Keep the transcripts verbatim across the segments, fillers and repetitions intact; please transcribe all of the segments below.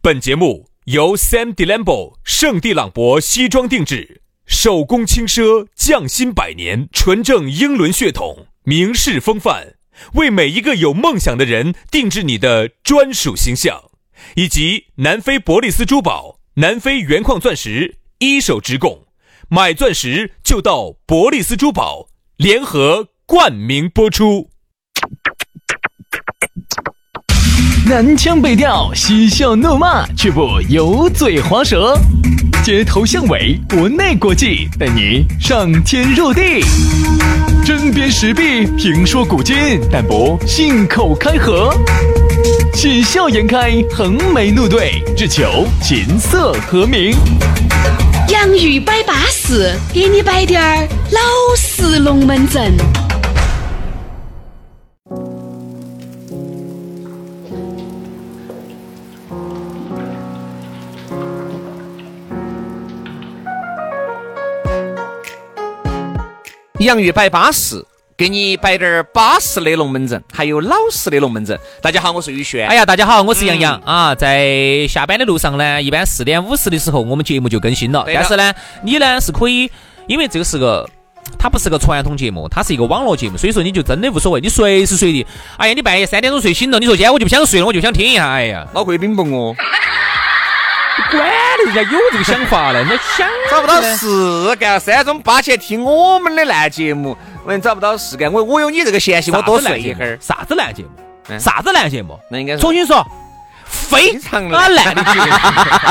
本节目由 Sam Delambo 圣地朗博西装定制，手工轻奢，匠心百年，纯正英伦血统，名士风范，为每一个有梦想的人定制你的专属形象。以及南非伯利斯珠宝、南非原矿钻石一手直供，买钻石就到伯利斯珠宝，联合冠名播出。 南腔北调，嬉笑怒骂，却不油嘴滑舌，街头巷尾，国内国际，带你上天入地，针砭时弊，评说古今，但不信口开河，喜笑颜开，横眉怒对，只求琴瑟和鸣。 洋芋摆巴士，给你摆点儿老式龙门阵。 洋芋摆巴适，给你摆点巴适的龙门阵，还有老式的龙门阵。大家好，我是宇轩。 哎呀，大家好，我是杨洋、嗯、啊。在下班的路上呢，一般四点五十的时候，我们节目就更新了。但是呢，你呢是可以，因为这个是个，它不是个传统节目，它是一个网络节目，所以说你就真的无所谓，你随时随地。哎呀，你半夜三点钟睡醒了，你说今天我就不想睡了，我就想听一下。哎呀， 老贵宾不哦。 你管的人家有这个想法了，那想找不到事干，三中八千听我们的烂节目，我找不到事干，我我有你这个闲心，我多睡一会儿。 啥子烂节目？嗯、啥子烂节目？ 那应该是重新说，非常烂的节目。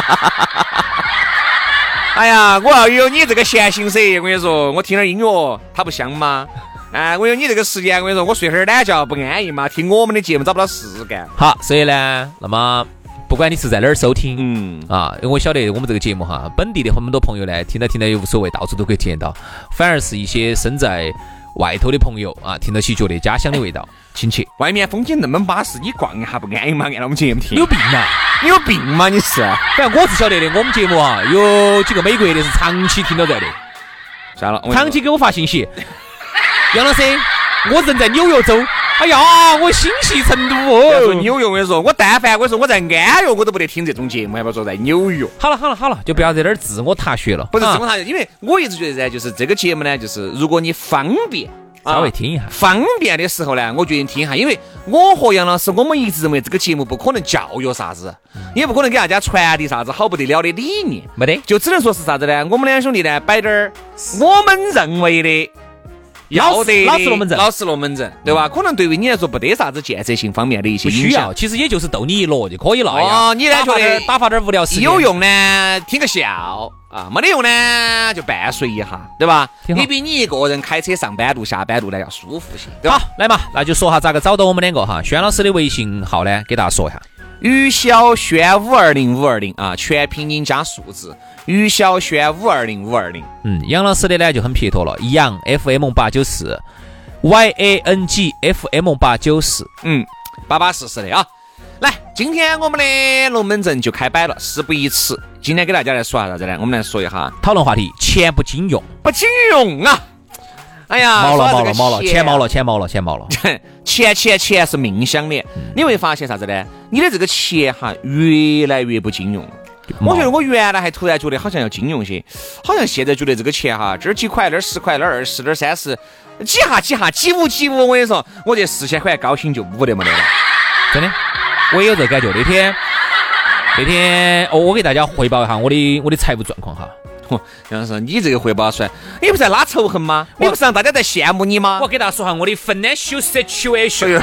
哎呀，我要有你这个闲心噻，我跟你说，我听点音乐，它不香吗？哎，我有你这个时间，我跟你说，我睡会儿懒觉不安逸吗？听我们的节目找不到事干。 好，所以呢，那么。不管你是在哪儿收听， 嗯啊，因为我晓得我们这个节目哈，本地的很多朋友呢，听到听到也无所谓，到处都可以听得到。反而是一些身在外头的朋友啊，听到起觉得家乡的味道亲切。 外面风景那么巴适，你逛一下不安逸吗？按照我们节目听， 有病啊！ 你有病吗？你是？ 反正我是晓得的，我们节目啊，有几个美国的是长期听到在的， 算了， 长期给我发信息，杨老师，我人在纽约州。哎呀，我心系成都哦！ 说纽约，我跟你说，我但凡我说我在安岳，我都不得听这种节目，还不说在纽约。 好了好了好了，就不要在这儿自我踏雪了。 不是自我踏雪，因为我一直觉得呢，就是这个节目呢，就是如果你方便， 稍微听一下， 方便的时候呢，我决定听一下，因为我和杨老师，我们一直认为这个节目不可能教育啥子，也不可能给大家传递啥子好不得了的理念， 没得， 就只能说是啥子呢？我们两兄弟呢，摆点儿我们认为的。要得老实龙门阵， 老实龙门阵，对吧？可能对于你来说不得啥子建设性方面的一些影响， 不需要，其实也就是逗你一乐就可以了。 哦，你呢觉得打发点无聊时间， 有用呢听个笑啊，没得用呢就伴随一下，对吧？你比你一个人开车上班路下班路呢要舒服些，对吧？ 好，来嘛，那就说下咋个找到我们两个哈。轩老师的微信号呢，给大家说一下。 于小轩五二零五二零啊，全拼音加数字，于小轩五二零五二零。 嗯，杨老师的呢就很撇脱了，杨 F M 八九四。Y A N G F M 八九四， 嗯，巴巴适适的啊！来，今天我们的龙门阵就开摆了，事不宜迟。今天给大家来说啥子呢？我们来说一下讨论话题：钱不经用， 不经用啊！哎呀， 毛了毛了毛了，钱毛了钱毛了钱毛了， 钱钱钱是命相连。嗯、你会发现啥子呢？你的这个钱哈，越来越不经用。我觉得我原来还突然觉得好像要经用些，好像现在觉得这个钱哈，这儿几块，那儿十块，那儿二十，那儿三十，几下几下几五几五，我跟你说，我这四千块高兴就无得没得了。 真的，我也有这感觉。那天那天哦，我给大家汇报一下我的我的财务状况哈。 杨老师，你这个汇报出来，你不是在拉仇恨吗？你不是让大家在羡慕你吗？ 我给大家说下我的 financial situation。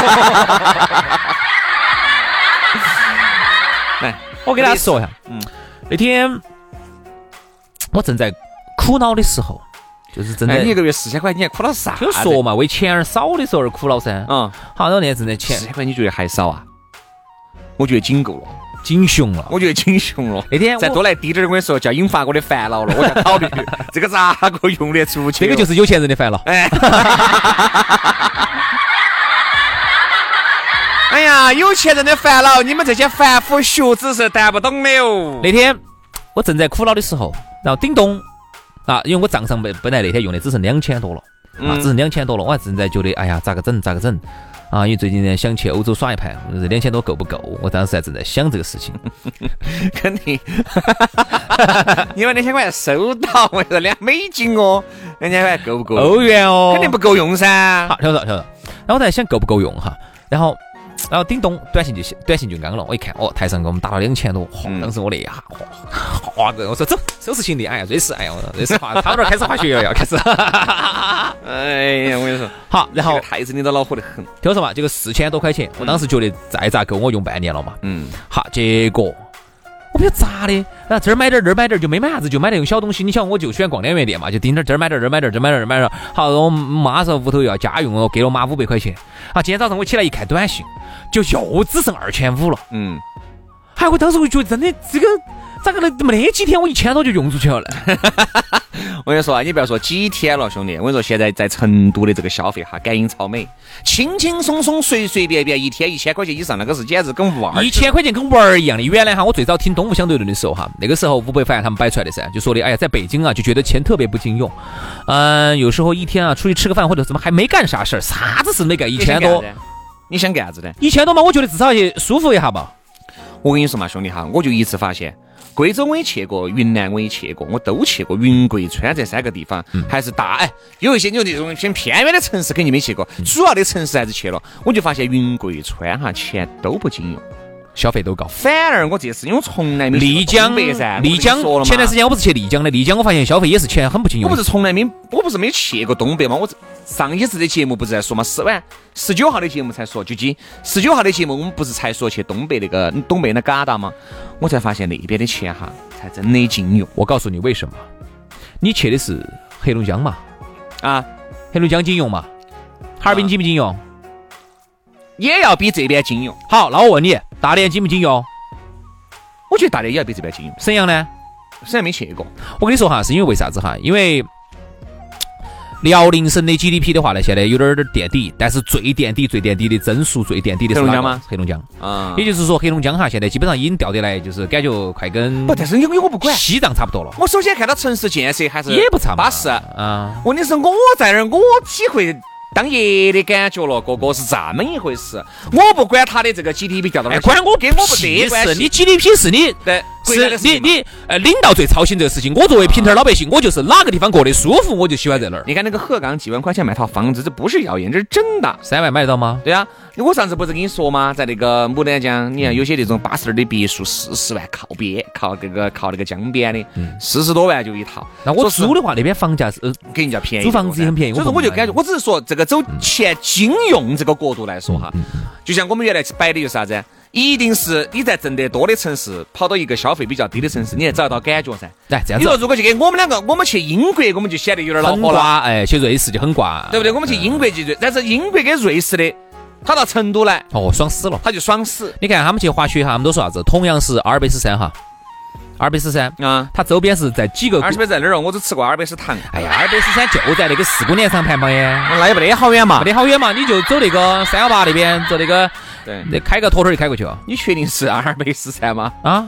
来。 我给大家说一下，嗯，那天我正在苦恼的时候，就是正在你一个月四千块，你还苦恼啥？ 就说嘛，为钱而少的时候而苦恼噻。嗯，好，那天正在钱四千块，你觉得还少啊？我觉得仅够了， 仅熊了。 我觉得仅熊了。 那天再多来滴点，我跟你说，就要引发我的烦恼了。我在考虑这个咋个用得出去？ 这个就是有钱人的烦恼。哎。 哎呀，有钱人的烦恼，你们这些凡夫俗子是谈不懂的哦。 那天我正在苦恼的时候，然后叮咚啊，因为我账上本本来那天用的只剩两千多了，啊，只剩两千多了，我还正在觉得，哎呀，咋个整，咋个整？ 啊，因为最近呢想去欧洲耍一盘，这两千多够不够？我当时还正在想这个事情。 肯定，你把两千块钱收到，我说两美金哦，两千块钱够不够？ 欧元哦， 肯定不够用噻。 好，晓得晓得。然后我在想够不够用哈，然后然后叮咚短信就短信就刚了，我一看哦，台上给我们打了两千多，嗯、当时我那一下，哗，我说走，收拾行李，哎呀，瑞士，哎呀，瑞士滑，他们那儿开始滑雪了，要开始。 哎呀，我跟你说， 好，然后太子你都恼火得很。 听我说嘛，这个四千多块钱，我当时觉得再咋够我用半年了嘛。嗯，好，结果我不晓得咋的，啊，这儿买点儿，那儿买点儿，就没买啥子，就买那种小东西。你想，我就喜欢逛两元店嘛，就盯着这儿买点儿，这儿买点儿，这儿买点儿，这儿买点儿。好，我妈说屋头要家用哦，给了妈五百块钱。啊，今天早上我起来一看短信，就又只剩二千五了。嗯，哎，我当时我就觉得真的这个咋个能这么那几天我一千多就用出去了呢？ 我跟你说啊，你不要说几天了，兄弟，我跟你说，现在在成都的这个消费哈，感应超美，轻轻松松、随随便便，一天一千块钱以上，那个是简直跟玩儿。一千块钱跟玩儿一样的。原来哈，我最早听东吴相对论的时候哈，那个时候吴伯凡他们摆出来的噻，就说的，哎呀，在北京啊，就觉得钱特别不经用，嗯、呃，有时候一天啊出去吃个饭或者怎么还没干啥事儿，啥子事没干，一千多， 你想干啥子的？ 一千多嘛，我觉得至少也舒服一下吧。 我跟你说嘛，兄弟哈，我就一次发现。贵州我也去过，云南我也去过，我都去过云贵川这三个地方，嗯、还是大哎，有一些有这种偏偏远的城市肯定没去过，嗯、主要的城市还是去了。我就发现云贵川哈钱都不经用， 消费都高。 反而我这次因为我从来没丽江噻， 丽江前段时间我不是去丽江的，丽江我发现消费也是钱很不经用。 我不是从来没，我不是没去过东北吗？我上一次的节目不是在说嘛，十万十九号的节目才说，就今十九号的节目我们不是才说去东北那个东北那旮瘩吗？我才发现那边的钱哈才真的经用。 我告诉你为什么，你去的是黑龙江嘛？ 啊， 黑龙江经用嘛？哈尔滨经不经用？ 也要比这边经用。 好，那我问你，大连经不经用？ 我觉得大连也要比这边经用。 沈阳呢？ 沈阳没去过。 我跟你说哈，是因为为啥子哈？因为辽宁省的 G D P 的话呢，现在有点点垫底，但是最垫底、最垫底的增速最垫底的是黑龙江吗？ 黑龙江啊，也就是说黑龙江哈，现在基本上已经掉得来，就是感觉快跟不，但是因为我不管西藏差不多了。 我首先看到城市建设还是也不差巴适啊。 问题是我在那儿，我体会当爷的感觉了，哥哥是这么一回事。我不管他的这个 G D P 掉到哪儿， 管我跟我不得关系。 你 G D P 是你对， 是你你呃领导最操心这个事情。我作为平头老百姓，我就是哪个地方过得舒服，我就喜欢在那儿。 你看那个鹤岗几万块钱买套房子，这不是谣言，这是真的。 三万买得到吗？ 对啊，我上次不是跟你说吗？在那个牡丹江，你看有些那种八十二的别墅，四十万靠边，靠这个靠那个江边的，四十多万就一套。 那我租的话，那边房价是呃给人家便宜， 租房子也很便宜。 所以说我就感觉，我只是说这个走钱经用这个角度来说哈，就像我们原来摆的就是啥子？一定是你在挣得多的城市跑到一个消费比较低的城市，你才找得到感觉噻。 来这样子， 你说如果去给我们两个，我们去英国，我们就显得有点恼火了。 哎，去瑞士就很挂， 对不对？我们去英国就，但是英国跟瑞士的，他到成都来， 哦，爽死了， 他就爽死。 你看他们去滑雪哈，他们都说啥子？同样是阿尔卑斯山哈。阿尔卑斯山啊，它周边是在几个。 阿尔卑斯在哪儿？我只吃过阿尔卑斯糖。 哎呀，阿尔卑斯山就在那个四姑娘上盘嘛耶， 那也不得好远嘛， 不得好远嘛，你就走那个三幺八那边，走那个， 对， 那开个拖腿就开过去了。 你确定是阿尔卑斯山吗？ 啊，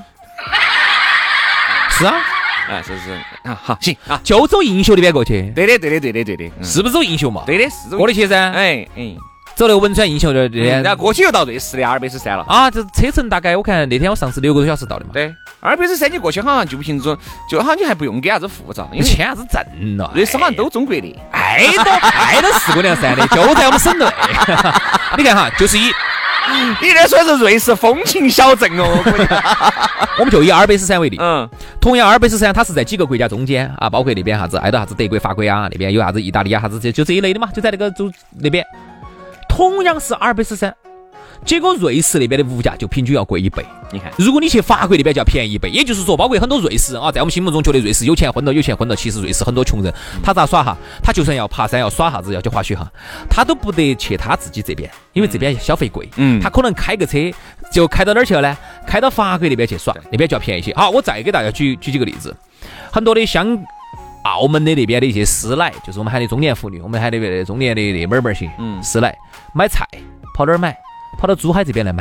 是啊， 哎，是是啊，好行啊， 就走映秀那边过去。 对的，对的，对的，对的，嗯、 是不是走映秀嘛？ 对的，是过得去噻。 哎哎。 走那个汶川映秀那边， 然后过去又到瑞士的阿尔卑斯山了啊！这车程大概我看那天我上次六个多小时到的嘛。 对，阿尔卑斯山你过去好像就不行，就就好像你还不用给啥子护照，因为签啥子证了。 瑞士好像都中国的， 挨到挨到四姑娘山的，就在我们省内。你看哈，就是以你这算是瑞士风情小镇哦。 我们就以阿尔卑斯山为例， 嗯， 同样阿尔卑斯山它是在几个国家中间啊，包括那边啥子挨到啥子德国、法国啊，那边有啥子意大利啊，啥子就这一类的嘛，就在那个就那边。同样是阿尔卑斯山，结果瑞士那边的物价就平均要贵一倍。 你看， 如果你去法国那边就要便宜一倍，也就是说，包括很多瑞士人啊，在我们心目中觉得瑞士有钱混了，有钱混了，其实瑞士很多穷人，他咋耍哈？他就算要爬山、要耍啥子、要去滑雪哈，他都不得去他自己这边，因为这边消费贵。嗯，他可能开个车就开到哪儿去了呢？开到法国那边去耍，那边就要便宜些。好，我再给大家举举几个例子，很多的香。澳门的那边的一些师奶，就是我们喊的中年妇女，我们喊的中年的那妹妹些，嗯，师奶买菜跑哪儿买？跑到珠海这边来买，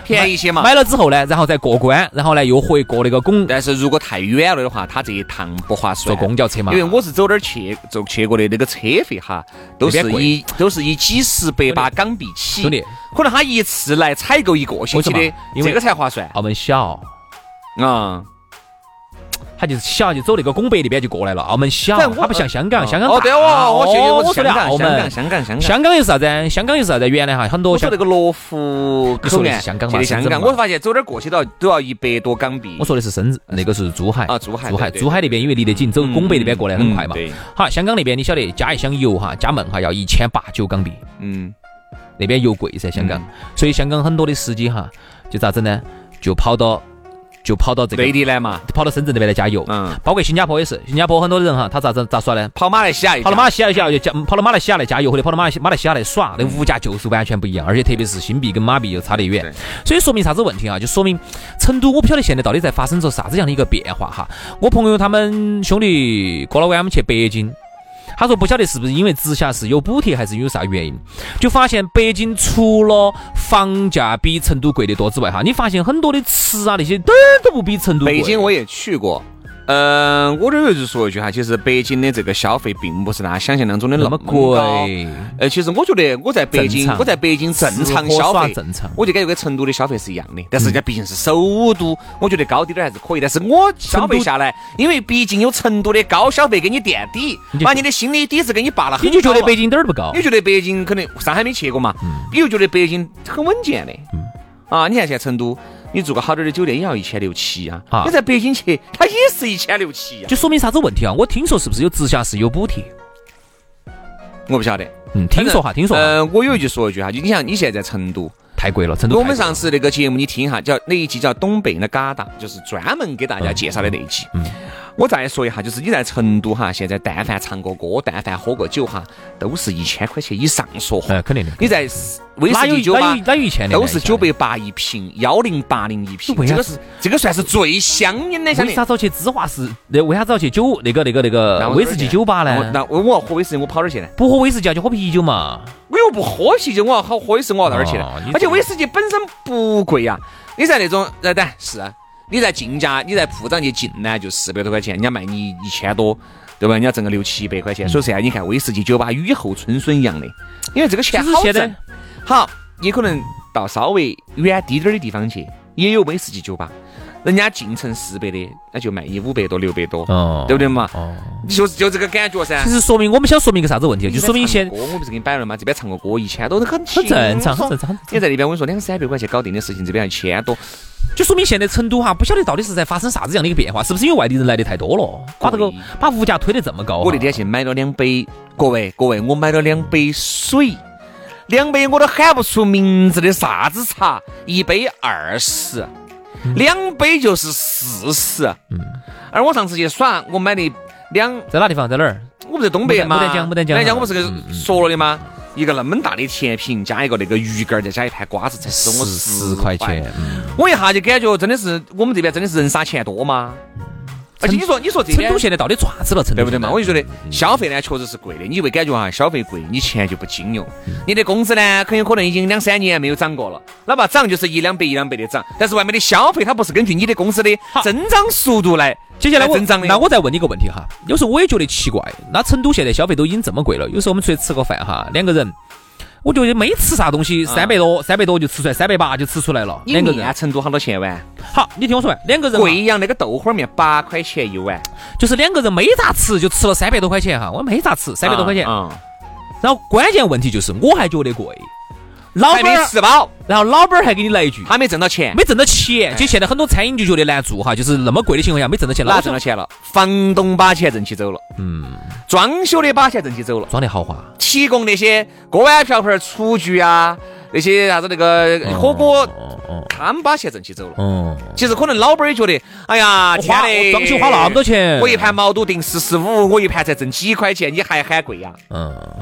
便宜些嘛。 买了之后呢，然后再过关，然后呢又回过那个公。 但是如果太远了的话，他这一趟不划算。 坐公交车嘛， 因为我是走哪儿去，就去过的那个车费哈，都是以都是以几十百把港币起。 兄弟， 可能他一次来采购一个星期的， 因为这个才划算。 澳门小啊。 他就是小，就走那个拱北那边就过来了。澳门小，它不像香港，香港大。 哦，对哦，我觉得我说的澳门， 香港，香港， 香港有啥子？香港有啥子？原来哈很多像那个罗湖口岸， 香港嘛， 香港。我发现走点过去都要都要一百多港币。 我说的是深圳，那个是珠海啊，珠海， 珠海，珠海那边因为离得近，走拱北那边过来很快嘛。好，香港那边你晓得加一箱油哈，加闷哈要一千八九港币。嗯，那边油贵噻，香港，所以香港很多的司机哈，就咋整呢？就跑到。就跑到这个内地来嘛， 跑到深圳这边来加油，嗯，包括新加坡也是，新加坡很多人哈，他咋子咋耍呢？ 跑马来西亚， 跑到马来西亚加油，加跑到马来西亚来加油，或者跑到马来马来西亚来耍，那物价就是完全不一样，而且特别是新币跟马币又差得远，所以说明啥子问题啊？就说明成都我不晓得现在到底在发生着啥子样的一个变化哈。我朋友他们兄弟过了晚我们去北京。他说不晓得是不是因为直辖市有补贴还是有啥原因，就发现北京除了房价比成都贵得多之外哈，你发现很多的吃啊那些点儿都不比成都贵。 北京我也去过，嗯、呃，我这儿就说一句哈，其实北京的这个消费并不是大家想象当中的那么贵。呃，其实我觉得我在北京，我在北京正常消费， 正常， 我就感觉跟成都的消费是一样的。但是人家毕竟是首都，我觉得高低点还是可以。但是我消费下来，因为毕竟有成都的高消费给你垫底，把你的心理底子给你拔了很高。 你就觉得北京点儿不高？ 你觉得北京可能上海没去过嘛？嗯、你就觉得北京很稳健的。嗯、啊，你看现在成都。你住个好点的酒店也要一千六七啊！啊你在北京去，它也是一千六七啊！ 就说明啥子问题啊？我听说是不是有直辖市有补贴？ 我不晓得， 嗯，听说哈，听说。 呃，我有一句说一句哈，就你想你现在在成都太贵了，成都。 我们上次那个节目你听一下，叫那一集叫东北的嘎达，就是专门给大家介绍的那一集。嗯。我再说一下，就是你在成都哈，现在但凡唱过歌，但凡喝过酒哈，都是一千块钱以上说话。 哎，肯定的。 你在威士忌酒吧哪有一千的？ 都是九百八一瓶，幺零八零一瓶。这个是这个算是最香烟的。 为啥早去芝华士？那为啥早去酒那个那个那个威士忌酒吧呢？ 那我要喝威士忌，我跑哪儿去呢？ 不喝威士忌就喝啤酒嘛。 我又不喝啤酒，我要好喝威士忌，我要到哪儿去呢？而且威士忌本身不贵呀。你在那种呃，对是。你在进价，你在铺张去进呢，就四百多块钱，人家卖你一千多，对吧？人家挣个六七百块钱。嗯、所以现在你看威士忌酒吧雨后春笋一样的，因为这个钱好挣。好，你可能到稍微远低点的地方去，也有威士忌酒吧，人家进城四百的，那就卖你五百多、六百多，哦、对不对嘛？哦，就就这个感觉噻。 其实说明我们想说明一个啥子问题，就说明现我不是给你摆了吗？这边唱个歌一千多都很很正常，很正常。 你在那边我跟你说两三百块钱搞定的事情，这边一千多。 就说明现在成都哈，不晓得到底是在发生啥子样的一个变化，是不是因为外地人来的太多了，把这个把物价推得这么高？ 我那天去买了两杯，各位各位，我买了两杯水，两杯我都喊不出名字的啥子茶，一杯二十，两杯就是四十。嗯，而我上次去耍，我买的两在哪地方？在哪儿？ 我不在东北嘛？ 牡丹江，牡丹江。 牡丹江我不是说了的吗？一个那么大的甜品，加一个那个鱼干，再加一盘瓜子，才收我十块钱。嗯、我一下就感觉真的是我们这边真的是人傻钱多吗？嗯、而且你说你说这边成都现在到底咋子了？成都对不对嘛？我就觉得消费呢确实是贵的，你会感觉哈消费贵，你钱就不经用。嗯、你的工资呢，很有可能已经两三年没有涨过了，哪怕涨就是一两倍一两倍的涨，但是外面的消费它不是根据你的公司的增长速度来。 接下来我那我再问你一个问题哈，有时候我也觉得奇怪，那成都现在消费都已经这么贵了，有时候我们出去吃个饭哈，两个人，我觉得没吃啥东西，三百多三百多就吃出来，三百八就吃出来了，两个人。 成都好多钱碗？ 好，你听我说完，两个人。 贵阳那个豆花面八块钱一碗， 就是两个人没咋吃就吃了三百多块钱哈，我没咋吃，三百多块钱。嗯。然后关键问题就是我还觉得贵。老板还没吃饱， 然后老板还给你来一句， 他没挣到钱， 没挣到钱。就现在很多餐饮就觉得难做哈，就是那么贵的情况下没挣到钱， 哪挣到钱了？房东把钱挣起走了，嗯，装修的把钱挣起走了， 装得豪华， 提供那些锅碗瓢盆、厨具啊，那些啥子那个火锅，他们把钱挣起走了。嗯，其实可能老板也觉得，哎呀，天嘞， 装修花那么多钱， 我一盘毛肚订四十五，我一盘才挣几块钱，你还喊贵呀？嗯。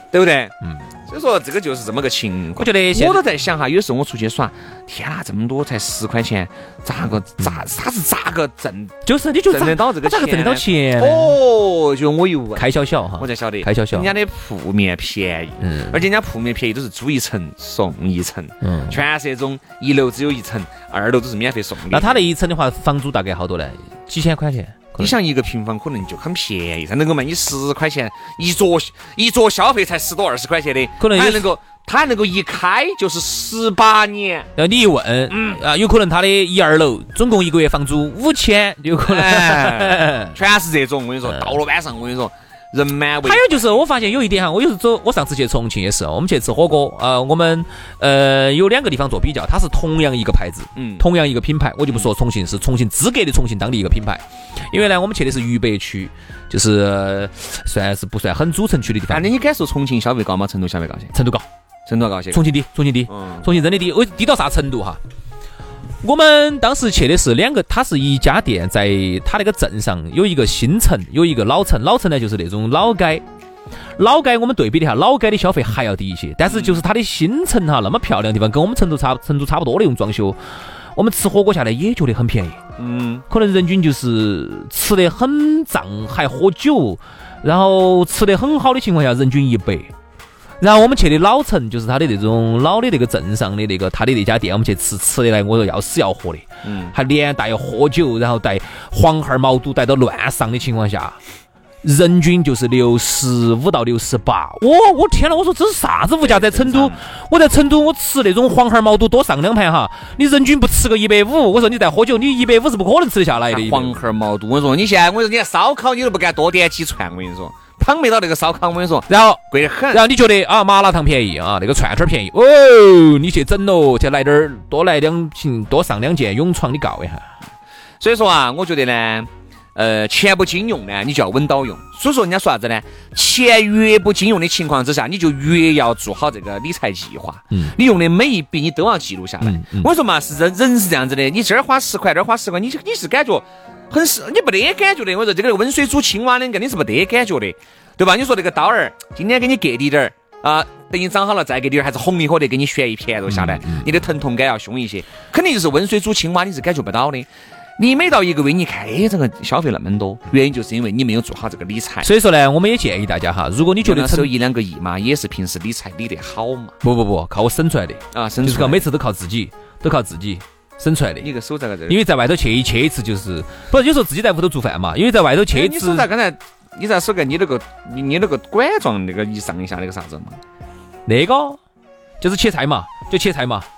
对不对？嗯。所以说这个就是这么个情况。 我觉得我都在想哈，有时候我出去耍，天啊，这么多才十块钱，咋个咋他是咋个挣？ 就是你就挣得到这个钱？ 咋个挣得到钱？ 哦，就我一问， 开销小哈， 我才晓得开销小。 人家的铺面便宜，嗯，而且人家铺面便宜都是租一层送一层，嗯，全是那种一楼只有一层，二楼都是免费送的。 那他那一层的话，房租大概好多呢？几千块钱。 你想一个平方可能就很便宜，才能够卖你十块钱一桌，一桌消费才十多二十块钱的， 可能还能够他还能够一开就是十八年。 然后你一问，嗯啊，有可能他的一二楼总共一个月房租五千，有可能、 哎、全是这种。我跟你说，到了晚上我跟你说。人满为还有就是我发现有一点哈，我有时走，我上次去重庆也是，我们去吃火锅，呃，我们呃有两个地方做比较，它是同样一个牌子，嗯，同样一个品牌，我就不说重庆是重庆资格的重庆当地一个品牌，因为呢我们去的是渝北区，就是、呃、算是不算很主城区的地方。 那你感受重庆消费高吗？成都消费高些？ 成都高， 成都高些。 重庆低，重庆低，嗯、重庆真的低，我低到啥程度哈？我们当时去的是两个，它是一家店，在它那个镇上有一个新城，有一个老城。老城呢就是那种老街，老街我们对比了一下，老街的消费还要低一些，但是就是它的新城哈那么漂亮的地方，跟我们成都差成都差不多那种装修，我们吃火锅下来也觉得很便宜，嗯，可能人均就是吃得很胀还喝酒，然后吃得很好的情况下，人均一百。然后我们去的老城，就是他的那种老的那个镇上的那个他的那家店，我们去吃吃的来，我说要死要活的，嗯，还连带喝酒，然后带黄孩毛肚带到乱上的情况下，人均就是六十五到六十八。我我天哪！我说这是啥子物价？在成都，我在成都我吃那种黄孩毛肚多上两盘哈，你人均不吃个一百五，我说你在喝酒，你一百五是不可能吃得下来的。 黄孩毛肚，我说你现在，我说你看烧烤你都不敢多点几串，我跟你说。捧没到那个烧烤，我跟你说， 然后贵得很。 然后你觉得啊，麻辣烫便宜啊，那个串串便宜哦，你去整喽，去来点儿，多来两瓶，多上两件泳床，你告一下。 所以说啊，我觉得呢，呃，钱不经用呢，你就要稳到用。所以说人家说啥子呢？钱越不经用的情况之下，你就越要做好这个理财计划。嗯，你用的每一笔你都要记录下来。嗯嗯、我说嘛，是人人是这样子的，你这儿花十块，这儿花十块，你你是感觉。很是，你没得感觉的。我说这个温水煮青蛙的，肯定是没得感觉的，对吧？你说这个刀儿，今天给你割低点儿啊，等你长好了再割点儿，还是红的火的给你旋一片肉下来，嗯嗯、你的疼痛感要凶一些。肯定就是温水煮青蛙，你是感觉不到的。你每到一个月，你看，哎，这个消费那么多，原因就是因为你没有做好这个理财。 所以说呢，我们也建议大家哈，如果你觉得收一两个亿嘛，也是平时理财理得好嘛。 不不不，靠我省出来的啊，省出来就是靠每次都靠自己，都靠自己。省出来的， 你个手在这， 因为在外头去一去一次就是，不是有时候自己在屋头做饭嘛，因为在外头去一次。 你手在刚才，你在手盖你那个你你那个管状那个一上一下那个啥子嘛？ 那个就是切菜嘛，就切菜嘛。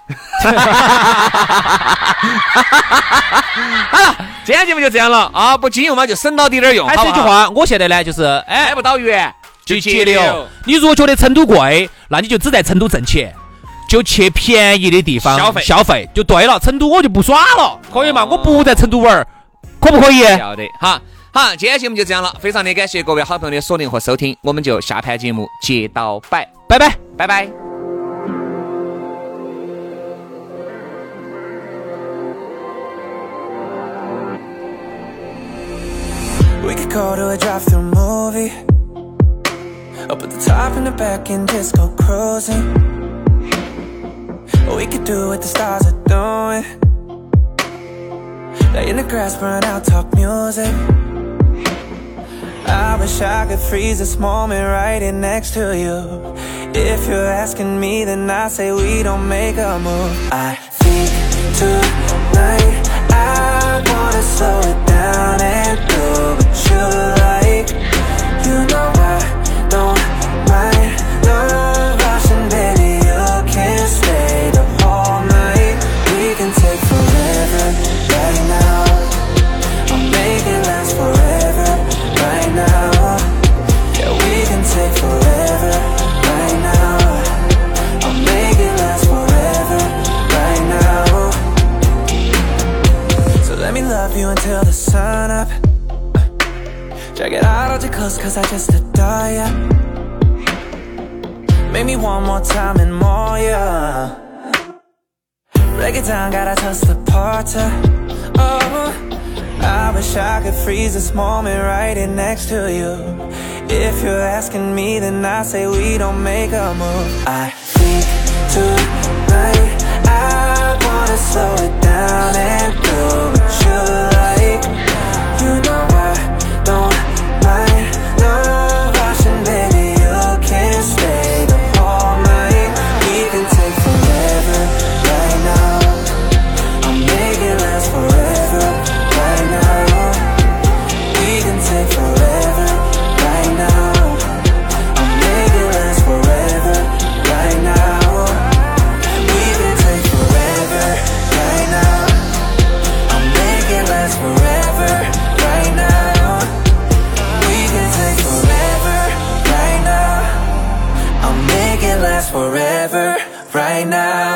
好了，今天节目就这样了啊！不经用嘛，就省到点点用。 还是这句话，我现在呢就是，哎， 买不到元就节流。 你如果觉得成都贵，那你就只在成都挣钱。就去便宜的地方消费消费就对了，成都我就不耍了，可以吗？我不在成都玩，可不可以？ 要的，好，好，今天节目就这样了，非常的感谢各位好朋友的锁定和收听，我们就下盘节目接到摆， 拜拜， 拜拜。We could go to a drive-thru movie, up at the top and the back and just go cruising.We could do what the stars are doing, lay in the grass, burn out, talk music. I wish I could freeze this moment right in next to you. If you're asking me, then I say we don't make a move. I think tonight I wanna slow it down and do what you like. You know I don't mind no rushing, baby, you can't stay.Until the sun up, drag it out, hold you close cause I just adore ya. Make me one more time and more, yeah. Break it down, gotta toast the porter. Oh, I wish I could freeze this moment right in next to you. If you're asking me, then I say we don't make a move. I think tonight I wanna slow it down and do what you like. You know I don't mind no rushing, baby. You can stay the whole night. We can take forever right now. I'll make it last forever right now. We can take forever right now. I'll make it last forever right now. We can take forever right now. I'll make it last forever right now. We can take forever right now. I'll make it last forever right now.